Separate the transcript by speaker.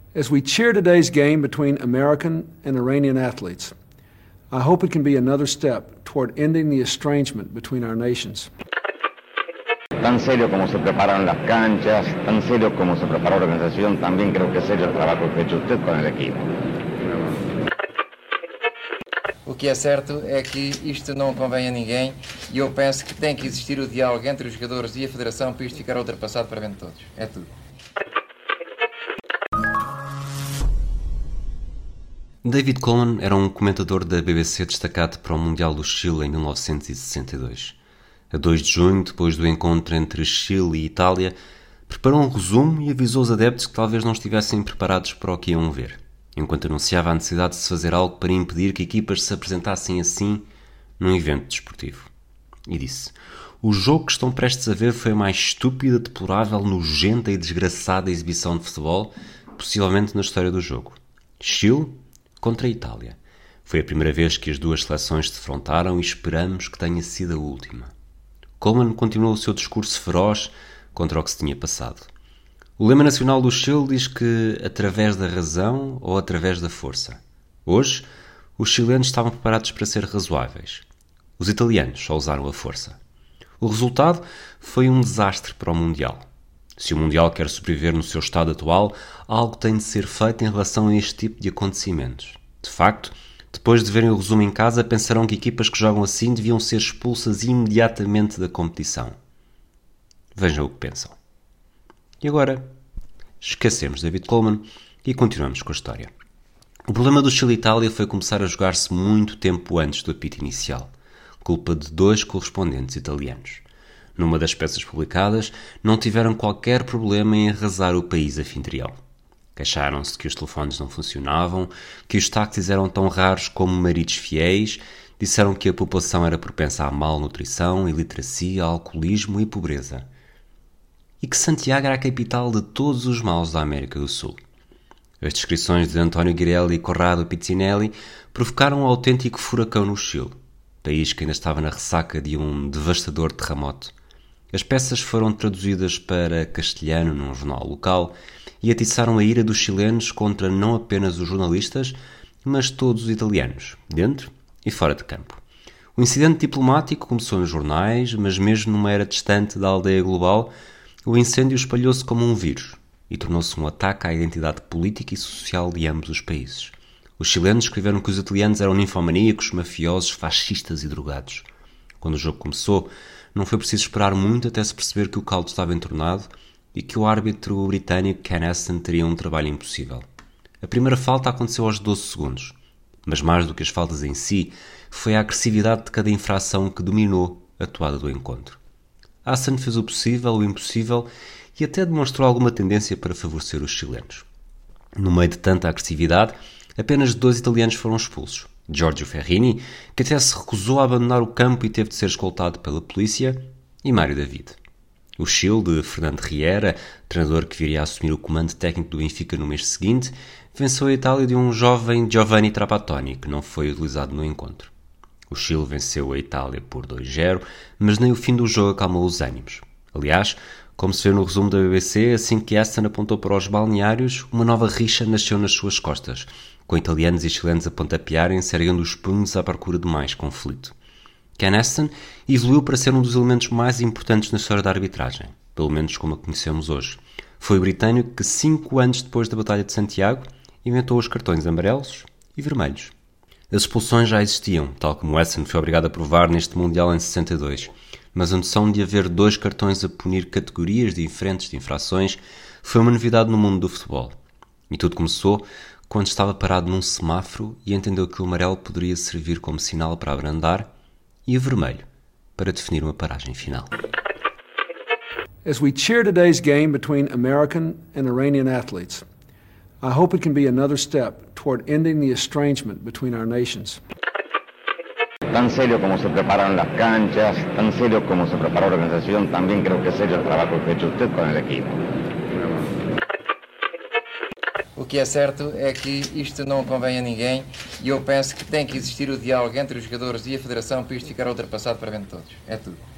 Speaker 1: As we cheer today's game between American and Iranian athletes, I hope it can be another step toward ending the estrangement between our nations.
Speaker 2: Tan serio como se preparan las canchas, tan serio como se prepara la organización, también creo que es serio el trabajo que ha hecho usted con el equipo.
Speaker 3: O que é certo é que isto não convém a ninguém e eu penso que tem que existir o diálogo entre os jogadores e a Federação para isto ficar ultrapassado para bem de todos. É tudo.
Speaker 4: David Coleman era um comentador da BBC destacado para o Mundial do Chile em 1962. A 2 de junho, depois do encontro entre Chile e Itália, preparou um resumo e avisou os adeptos que talvez não estivessem preparados para o que iam ver, enquanto anunciava a necessidade de se fazer algo para impedir que equipas se apresentassem assim num evento desportivo. E disse: "O jogo que estão prestes a ver foi a mais estúpida, deplorável, nojenta e desgraçada exibição de futebol, possivelmente na história do jogo. Chile contra a Itália. Foi a primeira vez que as duas seleções se defrontaram e esperamos que tenha sido a última." Coleman continuou o seu discurso feroz contra o que se tinha passado. O lema nacional do Chile diz que através da razão ou através da força. Hoje, os chilenos estavam preparados para ser razoáveis. Os italianos só usaram a força. O resultado foi um desastre para o Mundial. Se o Mundial quer sobreviver no seu estado atual, algo tem de ser feito em relação a este tipo de acontecimentos. De facto, depois de verem o resumo em casa, pensarão que equipas que jogam assim deviam ser expulsas imediatamente da competição. Vejam o que pensam. E agora, esquecemos David Coleman e continuamos com a história. O problema do Chile e Itália foi começar a jogar-se muito tempo antes do apito inicial, culpa de 2 correspondentes italianos. Numa das peças publicadas, não tiveram qualquer problema em arrasar o país anfitrião. Queixaram-se de que os telefones não funcionavam, que os táxis eram tão raros como maridos fiéis, disseram que a população era propensa à malnutrição, iliteracia, alcoolismo e pobreza. E que Santiago era a capital de todos os males da América do Sul. As descrições de António Girelli e Corrado Pizzinelli provocaram um autêntico furacão no Chile, país que ainda estava na ressaca de um devastador terremoto. As peças foram traduzidas para castelhano num jornal local e atiçaram a ira dos chilenos contra não apenas os jornalistas, mas todos os italianos, dentro e fora de campo. O incidente diplomático começou nos jornais, mas mesmo numa era distante da aldeia global, o incêndio espalhou-se como um vírus e tornou-se um ataque à identidade política e social de ambos os países. Os chilenos escreveram que os italianos eram ninfomaníacos, mafiosos, fascistas e drogados. Quando o jogo começou, não foi preciso esperar muito até se perceber que o caldo estava entornado e que o árbitro britânico Ken Aston teria um trabalho impossível. A primeira falta aconteceu aos 12 segundos, mas mais do que as faltas em si, foi a agressividade de cada infração que dominou a toada do encontro. Aston fez o possível, o impossível e até demonstrou alguma tendência para favorecer os chilenos. No meio de tanta agressividade, apenas 2 italianos foram expulsos. Giorgio Ferrini, que até se recusou a abandonar o campo e teve de ser escoltado pela polícia, e Mário David. O Chile, de Fernando Riera, treinador que viria a assumir o comando técnico do Benfica no mês seguinte, venceu a Itália de um jovem Giovanni Trapattoni, que não foi utilizado no encontro. O Chile venceu a Itália por 2-0, mas nem o fim do jogo acalmou os ânimos. Aliás, como se vê no resumo da BBC, assim que Aston apontou para os balneários, uma nova rixa nasceu nas suas costas, com italianos e chilenos a pontapearem-se, erguendo os punhos à procura de mais conflito. Ken Aston evoluiu para ser um dos elementos mais importantes na história da arbitragem, pelo menos como a conhecemos hoje. Foi o britânico que, 5 anos depois da Batalha de Santiago, inventou os cartões amarelos e vermelhos. As expulsões já existiam, tal como Aston foi obrigado a provar neste Mundial em 62, mas a noção de haver 2 cartões a punir categorias diferentes de infrações foi uma novidade no mundo do futebol. E tudo começou quando estava parado num semáforo e entendeu que o amarelo poderia servir como sinal para abrandar e o vermelho para definir uma paragem final.
Speaker 1: As we cheer today's game between American and Iranian athletes, I hope it can be another step toward ending the estrangement between our nations.
Speaker 2: Tan serio como se preparan las canchas, tan serio como se prepara la organización, también creo que es serio el trabajo que ha hecho usted con el equipo.
Speaker 3: O que é certo é que isto não convém a ninguém e eu penso que tem que existir o diálogo entre os jogadores e a Federação para isto ficar ultrapassado para bem de todos. É tudo.